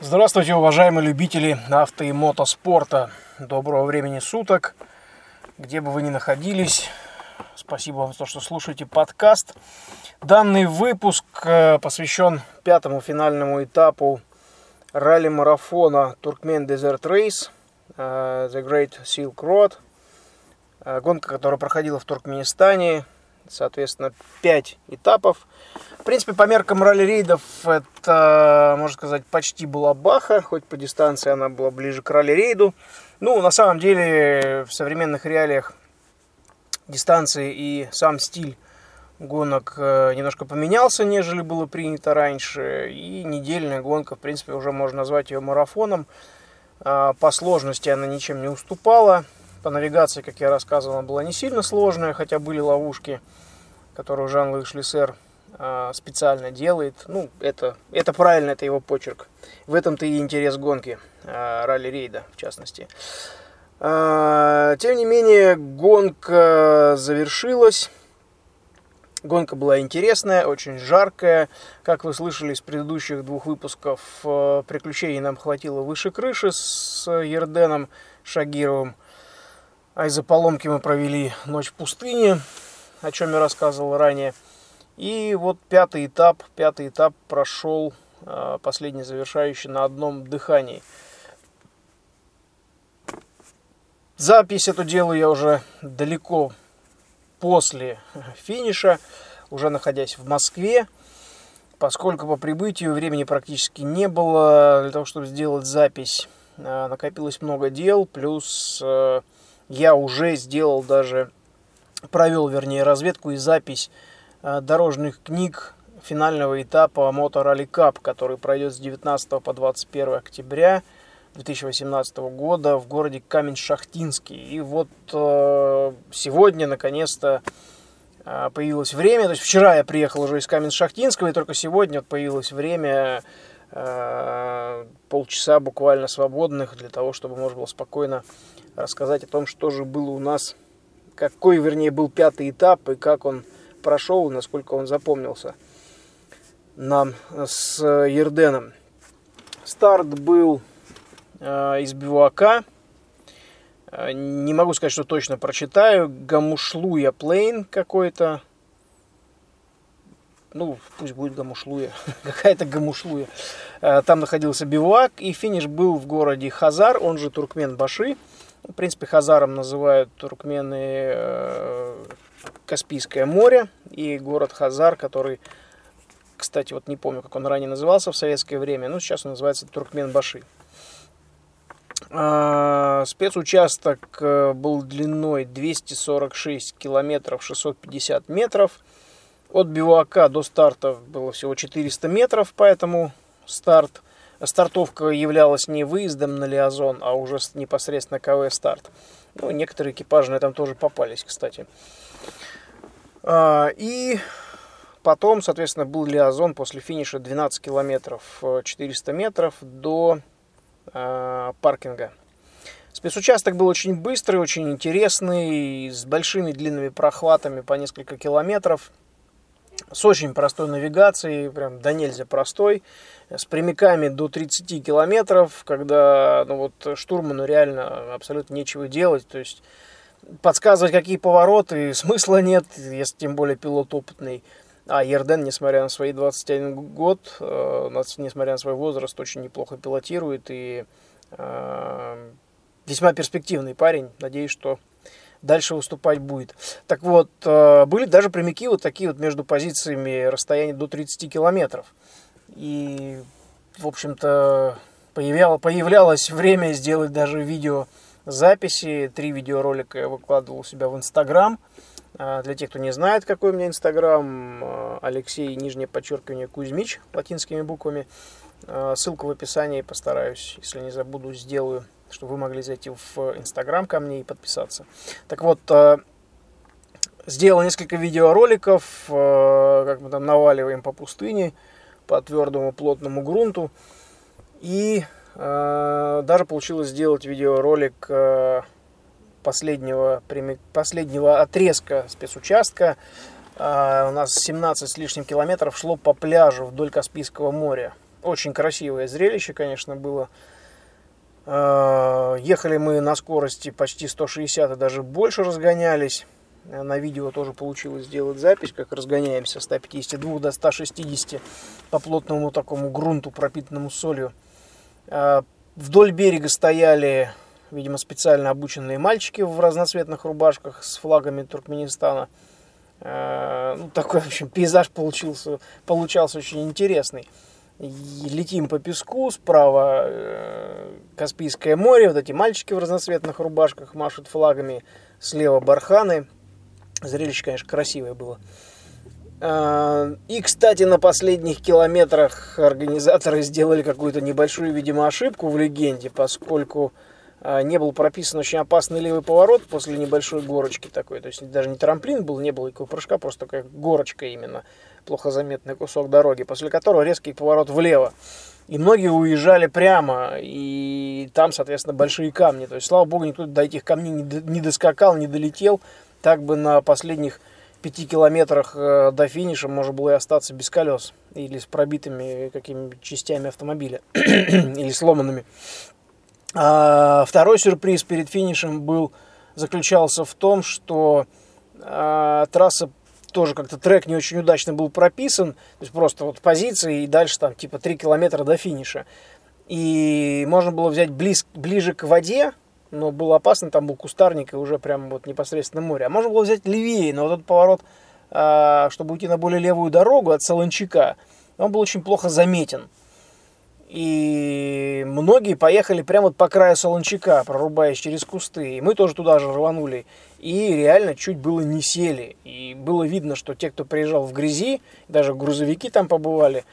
Здравствуйте, уважаемые любители авто и мотоспорта. Доброго времени суток, где бы вы ни находились. Спасибо вам за то, что слушаете подкаст. Данный выпуск посвящен пятому финальному этапу ралли-марафона Turkmen Desert Race The Great Silk Road. Гонка, которая проходила в Туркменистане. Соответственно, 5 этапов. В принципе, по меркам ралли-рейдов это, можно сказать, почти была баха, хоть по дистанции она была ближе к ралли-рейду. Ну, на самом деле, в современных реалиях дистанции и сам стиль гонок немножко поменялся, нежели было принято раньше. И недельная гонка, в принципе, уже можно назвать ее марафоном. По сложности она ничем не уступала. По навигации, как я рассказывал, она была не сильно сложная, хотя были ловушки, которые Жан-Луи Шлиссер специально делает. Ну, это правильно, это его почерк. В этом-то и интерес гонки, ралли-рейда в частности. Тем не менее, гонка завершилась. Гонка была интересная, очень жаркая. Как вы слышали из предыдущих двух выпусков, приключений нам хватило выше крыши с Ерденом Шагировым. А из-за поломки мы провели ночь в пустыне, о чем я рассказывал ранее. И вот пятый этап прошел, последний завершающий, на одном дыхании. Запись эту делаю я уже далеко после финиша, уже находясь в Москве, поскольку по прибытию времени практически не было для того, чтобы сделать запись. Накопилось много дел, плюс я уже провел разведку и запись дорожных книг финального этапа Moto Rally Cup, который пройдет с 19 по 21 октября 2018 года в городе Камень-Шахтинский. И вот сегодня наконец-то появилось время, то есть вчера я приехал уже из Камень-Шахтинского, и только сегодня появилось время, полчаса буквально свободных для того, чтобы можно было спокойно рассказать о том, что же было у нас, был пятый этап и как он прошел, насколько он запомнился нам с Ерденом. Старт был из бивуака. Не могу сказать, что точно прочитаю. Гамушлуя Плейн какой-то. Ну, пусть будет Гамушлуя. Какая-то Гамушлуя. Там находился бивуак, и финиш был в городе Хазар, он же Туркмен-Баши. В принципе, Хазаром называют туркмены Каспийское море, и город Хазар, который, кстати, вот не помню, как он ранее назывался в советское время, но сейчас он называется Туркмен-Баши. Спецучасток был длиной 246 километров 650 метров. От бивуака до старта было всего 400 метров, поэтому стартовка являлась не выездом на Лиазон, а уже непосредственно КВ-старт. Ну, некоторые экипажи на этом тоже попались, кстати. И потом, соответственно, был Лиазон после финиша 12 километров 400 метров до паркинга. Спецучасток был очень быстрый, очень интересный, с большими длинными прохватами по несколько километров, с очень простой навигацией, прям до нельзя простой, с прямиками до 30 километров, когда штурману реально абсолютно нечего делать, то есть подсказывать, какие повороты, смысла нет, если тем более пилот опытный. А Ерден, несмотря на свои 21 год, несмотря на свой возраст, очень неплохо пилотирует и весьма перспективный парень. Надеюсь, что дальше выступать будет. Так вот, были даже прямики вот такие вот между позициями, расстояние до 30 километров. И, в общем-то, появлялось время сделать даже видеозаписи. 3 видеоролика я выкладывал у себя в Инстаграм. Для тех, кто не знает, какой у меня Инстаграм, Алексей, _ Кузьмич, латинскими буквами. Ссылку в описании постараюсь, если не забуду, сделаю, чтобы вы могли зайти в Инстаграм ко мне и подписаться. Так вот, сделал несколько видеороликов, как мы там наваливаем по пустыне, по твердому плотному грунту. И даже получилось сделать видеоролик последнего отрезка спецучастка. У нас 17 с лишним километров шло по пляжу вдоль Каспийского моря. Очень красивое зрелище, конечно, было. Ехали мы на скорости почти 160 и даже больше разгонялись. На видео тоже получилось сделать запись, как разгоняемся с 152 до 160 по плотному такому грунту, пропитанному солью. Вдоль берега стояли, видимо, специально обученные мальчики в разноцветных рубашках с флагами Туркменистана. Такой, в общем, пейзаж получался очень интересный. Летим по песку, справа Каспийское море, вот эти мальчики в разноцветных рубашках машут флагами, слева барханы. Зрелище, конечно, красивое было. И, кстати, на последних километрах организаторы сделали какую-то небольшую, видимо, ошибку в легенде, поскольку не был прописан очень опасный левый поворот после небольшой горочки такой. То есть даже не трамплин был, не было никакого прыжка, просто такая горочка именно, плохо заметный кусок дороги, после которого резкий поворот влево. И многие уезжали прямо, и там, соответственно, большие камни. То есть, слава богу, никто до этих камней не доскакал, не долетел. Так бы на последних 5 километрах до финиша можно было и остаться без колес или с пробитыми какими-нибудь частями автомобиля или сломанными. Второй сюрприз перед финишем заключался в том, что трасса тоже как-то трек не очень удачно был прописан, то есть просто вот позиции и дальше там типа 3 километра до финиша. И можно было взять ближе к воде, но было опасно, там был кустарник и уже прям вот непосредственно море. А можно было взять левее, но вот этот поворот, чтобы уйти на более левую дорогу от Солончака, он был очень плохо заметен. И многие поехали прямо вот по краю Солончака, прорубаясь через кусты. И мы тоже туда же рванули. И реально чуть было не сели. И было видно, что те, кто приезжал в грязи, даже грузовики там побывали,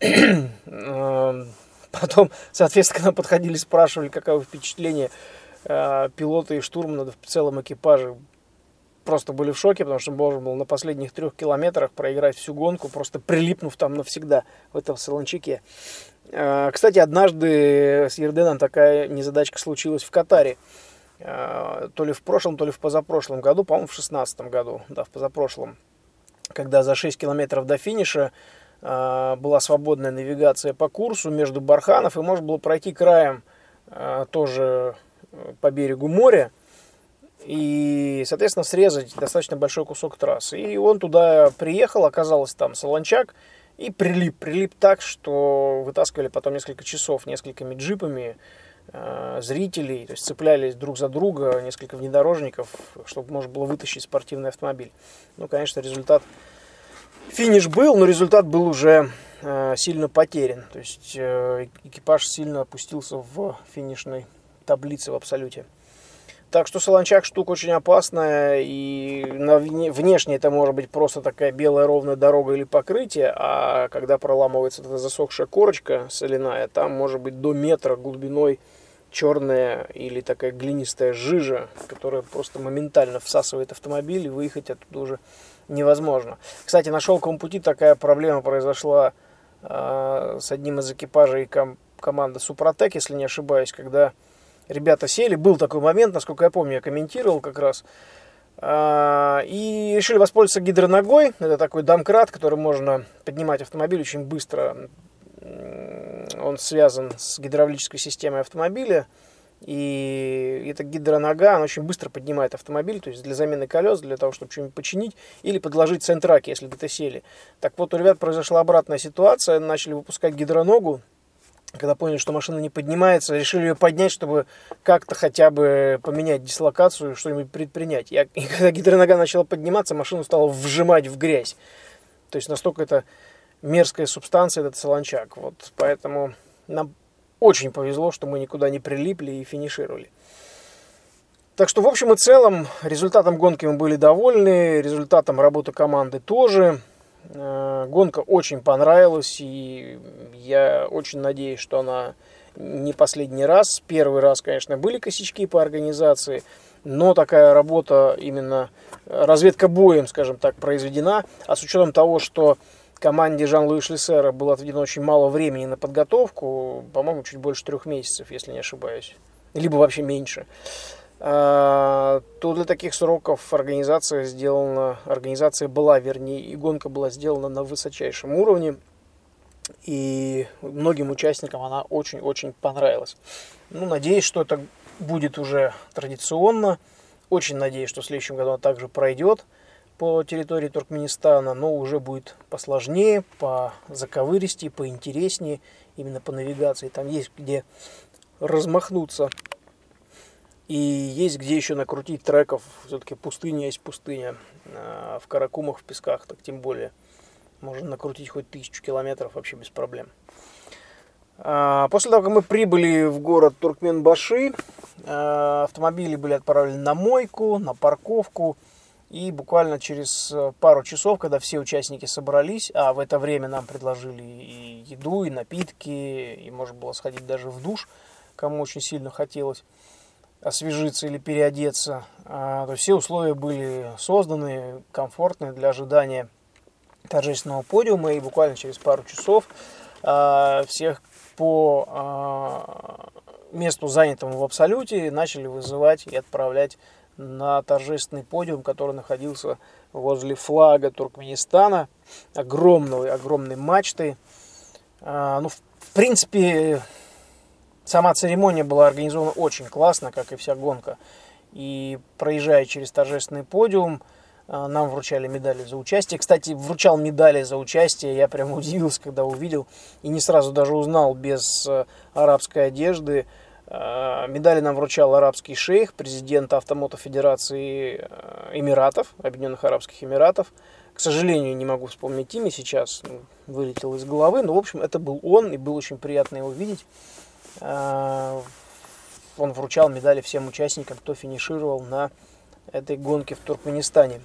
потом, соответственно, к нам подходили, спрашивали, какое впечатление. Пилоты и штурманы в целом экипаже просто были в шоке, потому что должен был на последних 3 километрах проиграть всю гонку, просто прилипнув там навсегда в этом Солончаке. Кстати, однажды с Ерденом такая незадачка случилась в Катаре. То ли в прошлом, то ли в позапрошлом году, по-моему, в 2016 году, да, в позапрошлом, когда за 6 километров до финиша была свободная навигация по курсу между барханов, и можно было пройти краем тоже по берегу моря и, соответственно, срезать достаточно большой кусок трассы. И он туда приехал, оказалось там Солончак, и прилип так, что вытаскивали потом несколько часов несколькими джипами зрителей, то есть цеплялись друг за друга, несколько внедорожников, чтобы можно было вытащить спортивный автомобиль. Конечно, финиш был, но результат был уже сильно потерян. То есть экипаж сильно опустился в финишной таблице в абсолюте. Так что Солончак штука очень опасная, и внешне это может быть просто такая белая ровная дорога или покрытие, а когда проламывается эта засохшая корочка соляная, там может быть до метра глубиной черная или такая глинистая жижа, которая просто моментально всасывает автомобиль, и выехать оттуда уже невозможно. Кстати, на шелковом пути такая проблема произошла с одним из экипажей команды Супротек, если не ошибаюсь, когда ребята сели, был такой момент, насколько я помню, я комментировал как раз, и решили воспользоваться гидроногой. Это такой домкрат, который можно поднимать автомобиль очень быстро. Он связан с гидравлической системой автомобиля, и эта гидронога, она очень быстро поднимает автомобиль, то есть для замены колес, для того, чтобы что-нибудь починить, или подложить центраки, если где-то сели. Так вот, у ребят произошла обратная ситуация, начали выпускать гидроногу. Когда поняли, что машина не поднимается, решили ее поднять, чтобы как-то хотя бы поменять дислокацию, что-нибудь предпринять. И когда гидронога начала подниматься, машину стала вжимать в грязь. То есть настолько это мерзкая субстанция, этот Солончак. Вот поэтому нам очень повезло, что мы никуда не прилипли и финишировали. Так что в общем и целом результатом гонки мы были довольны, результатом работы команды тоже. Гонка очень понравилась, и я очень надеюсь, что она не последний раз. Первый раз, конечно, были косячки по организации, но такая работа, именно разведка боем, скажем так, произведена. А с учетом того, что команде Жан-Луи Шлиссера было отведено очень мало времени на подготовку, по-моему, чуть больше 3 месяцев, если не ошибаюсь, либо вообще меньше, то для таких сроков организация была, и гонка была сделана на высочайшем уровне. И многим участникам она очень-очень понравилась. Ну, надеюсь, что это будет уже традиционно. Очень надеюсь, что в следующем году она также пройдет по территории Туркменистана, но уже будет посложнее, позаковыристее, поинтереснее, именно по навигации. Там есть где размахнуться и есть где еще накрутить треков. Все-таки пустыня есть пустыня. В Каракумах, в песках, так тем более. Можно накрутить хоть 1000 километров вообще без проблем. После того, как мы прибыли в город Туркменбаши, автомобили были отправлены на мойку, на парковку. И буквально через пару часов, когда все участники собрались, а в это время нам предложили и еду, и напитки, и можно было сходить даже в душ, кому очень сильно хотелось освежиться или переодеться, то все условия были созданы, комфортные для ожидания торжественного подиума. И буквально через пару часов всех по месту, занятому в Абсолюте, начали вызывать и отправлять на торжественный подиум, который находился возле флага Туркменистана, огромной мачты. Ну, в принципе, сама церемония была организована очень классно, как и вся гонка. И проезжая через торжественный подиум, нам вручали медали за участие. Кстати, вручал медали за участие, я прямо удивился, когда увидел, и не сразу даже узнал без арабской одежды. Медали нам вручал арабский шейх, президент Автомото Федерации Эмиратов, Объединенных Арабских Эмиратов. К сожалению, не могу вспомнить имя сейчас, вылетело из головы, но, в общем, это был он, и было очень приятно его видеть. Он вручал медали всем участникам, кто финишировал на этой гонке в Туркменистане.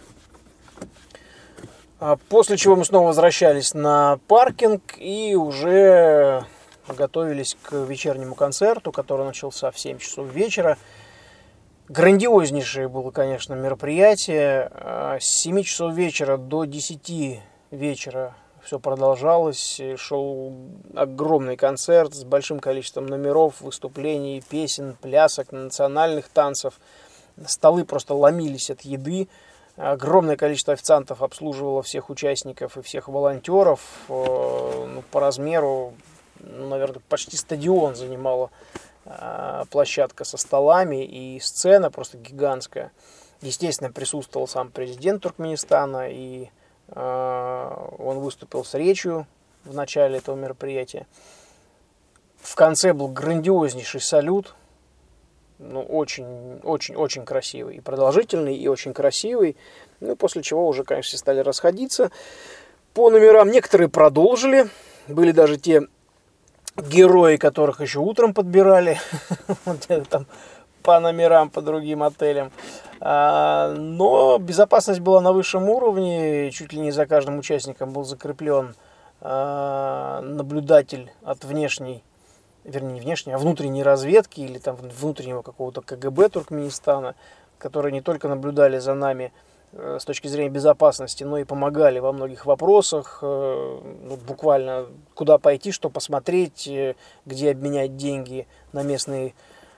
После чего мы снова возвращались на паркинг и уже готовились к вечернему концерту, который начался в 7 часов вечера. Грандиознейшее было, конечно, мероприятие. С 7 часов вечера до 10 вечера все продолжалось. Шел огромный концерт с большим количеством номеров, выступлений, песен, плясок, национальных танцев. Столы просто ломились от еды. Огромное количество официантов обслуживало всех участников и всех волонтеров. По размеру, наверное, почти стадион занимала площадка со столами, и сцена просто гигантская. Естественно, присутствовал сам президент Туркменистана, и он выступил с речью в начале этого мероприятия. В конце был грандиознейший салют. Очень красивый. И продолжительный, и очень красивый. После чего уже, конечно, все стали расходиться по номерам. Некоторые продолжили. Были даже те герои, которых еще утром подбирали. Там по номерам, по другим отелям. Но безопасность была на высшем уровне. Чуть ли не за каждым участником был закреплен наблюдатель от внешней, вернее, не внешней, а внутренней разведки или там внутреннего какого-то КГБ Туркменистана, которые не только наблюдали за нами с точки зрения безопасности, но и помогали во многих вопросах, буквально куда пойти, что посмотреть, где обменять деньги на местные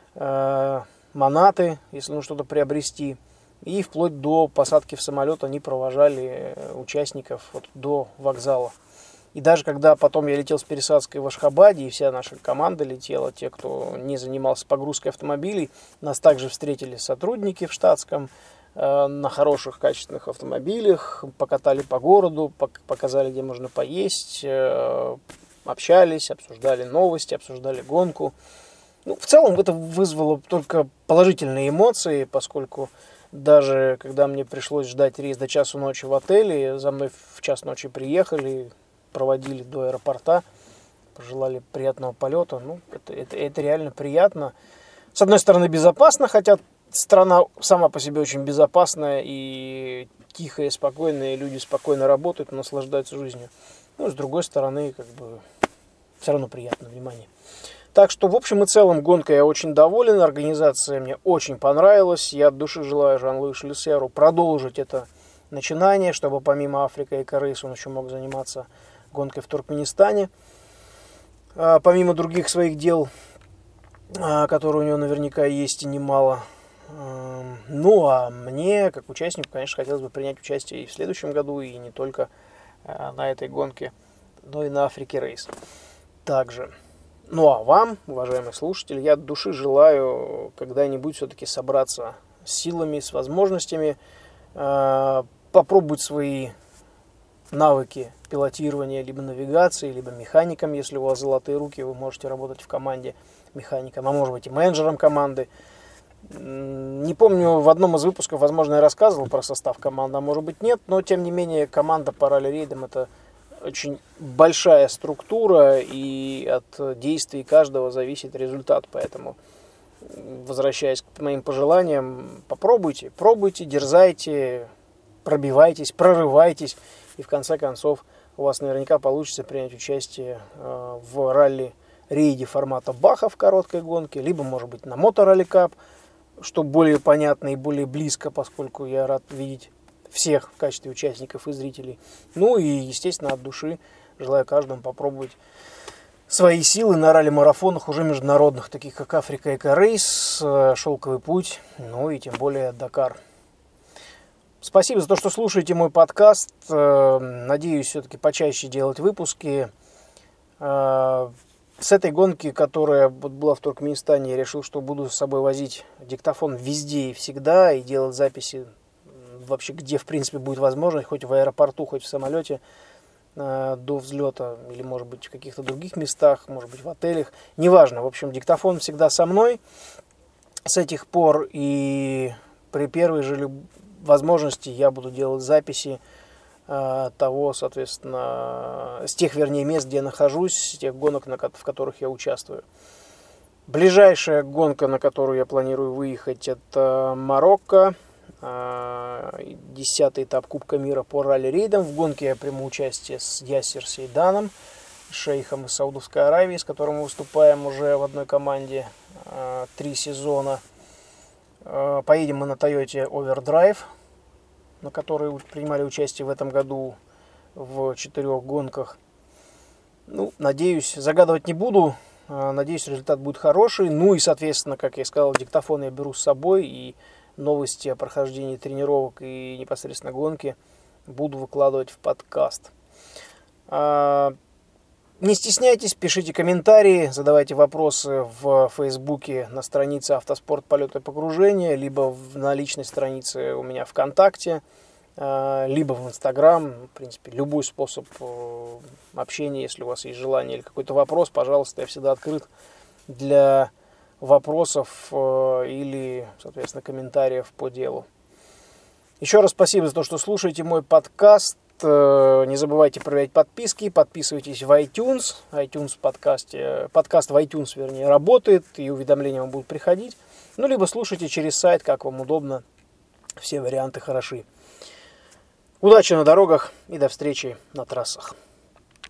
манаты, если что-то приобрести. И вплоть до посадки в самолет они провожали участников до вокзала. И даже когда потом я летел с пересадкой в Ашхабаде, и вся наша команда летела, те, кто не занимался погрузкой автомобилей, нас также встретили сотрудники в штатском, на хороших, качественных автомобилях, покатали по городу, показали, где можно поесть, общались, обсуждали новости, обсуждали гонку. В целом это вызвало только положительные эмоции, поскольку даже когда мне пришлось ждать рейс до часу ночи в отеле, за мной в час ночи приехали, проводили до аэропорта, пожелали приятного полета. Это реально приятно. С одной стороны, безопасно, хотя страна сама по себе очень безопасная и тихая, спокойная, люди спокойно работают, наслаждаются жизнью. С другой стороны, все равно приятно внимание. Так что, в общем и целом, гонкой я очень доволен, организация мне очень понравилась. Я от души желаю Жан-Луи Шлиссеру продолжить это начинание, чтобы помимо Африка и Корейс он еще мог заниматься гонкой в Туркменистане. Помимо других своих дел, которые у него наверняка есть и немало. А мне, как участнику, конечно, хотелось бы принять участие и в следующем году, и не только на этой гонке но и на Африке Рейс также. Ну а вам, уважаемые слушатели, я от души желаю когда-нибудь все-таки собраться с силами, с возможностями, попробовать свои навыки пилотирования, либо навигации, либо механиком, если у вас золотые руки, вы можете работать в команде механиком, а может быть и менеджером команды. Не помню, в одном из выпусков, возможно, я рассказывал про состав команды, а может быть нет, но тем не менее команда по ралли-рейдам это очень большая структура, и от действий каждого зависит результат, поэтому, возвращаясь к моим пожеланиям, попробуйте, пробуйте, дерзайте, пробивайтесь, прорывайтесь, и в конце концов у вас наверняка получится принять участие в ралли-рейде формата Баха в короткой гонке, либо, может быть, на Мото-ралли Кап, что более понятно и более близко, поскольку я рад видеть всех в качестве участников и зрителей. Ну и, естественно, от души желаю каждому попробовать свои силы на ралли-марафонах уже международных, таких как Африка Эко Рейс, Шелковый путь, ну и тем более Дакар. Спасибо за то, что слушаете мой подкаст. Надеюсь, все-таки почаще делать выпуски. С этой гонки, которая была в Туркменистане, я решил, что буду с собой возить диктофон везде и всегда, и делать записи вообще где, в принципе, будет возможность, хоть в аэропорту, хоть в самолете до взлета, или, может быть, в каких-то других местах, может быть, в отелях. Неважно, в общем, диктофон всегда со мной с этих пор, и при первой же возможности я буду делать записи того, соответственно, с тех, вернее, мест, где я нахожусь, с тех гонок, в которых я участвую. Ближайшая гонка, на которую я планирую выехать, это Марокко, 10-й этап Кубка мира по ралли-рейдам. В гонке я приму участие с Ясир Сейданом, шейхом из Саудовской Аравии, с которым мы выступаем уже в одной команде 3 сезона. Поедем мы на Toyota Overdrive, на которой принимали участие в этом году в 4 гонках. Ну, надеюсь, загадывать не буду. Надеюсь, результат будет хороший. Ну и, соответственно, как я сказал, диктофон я беру с собой. И новости о прохождении тренировок и непосредственно гонки буду выкладывать в подкаст. Не стесняйтесь, пишите комментарии, задавайте вопросы в Фейсбуке на странице «Автоспорт. Полет и погружение», либо на личной странице у меня ВКонтакте, либо в Инстаграм. В принципе, любой способ общения, если у вас есть желание или какой-то вопрос, пожалуйста, я всегда открыт для вопросов или, соответственно, комментариев по делу. Еще раз спасибо за то, что слушаете мой подкаст. Не забывайте проверять подписки, подписывайтесь в iTunes. Подкаст в iTunes, вернее, работает, и уведомления вам будут приходить. Ну, либо слушайте через сайт, как вам удобно. Все варианты хороши. Удачи на дорогах и до встречи на трассах.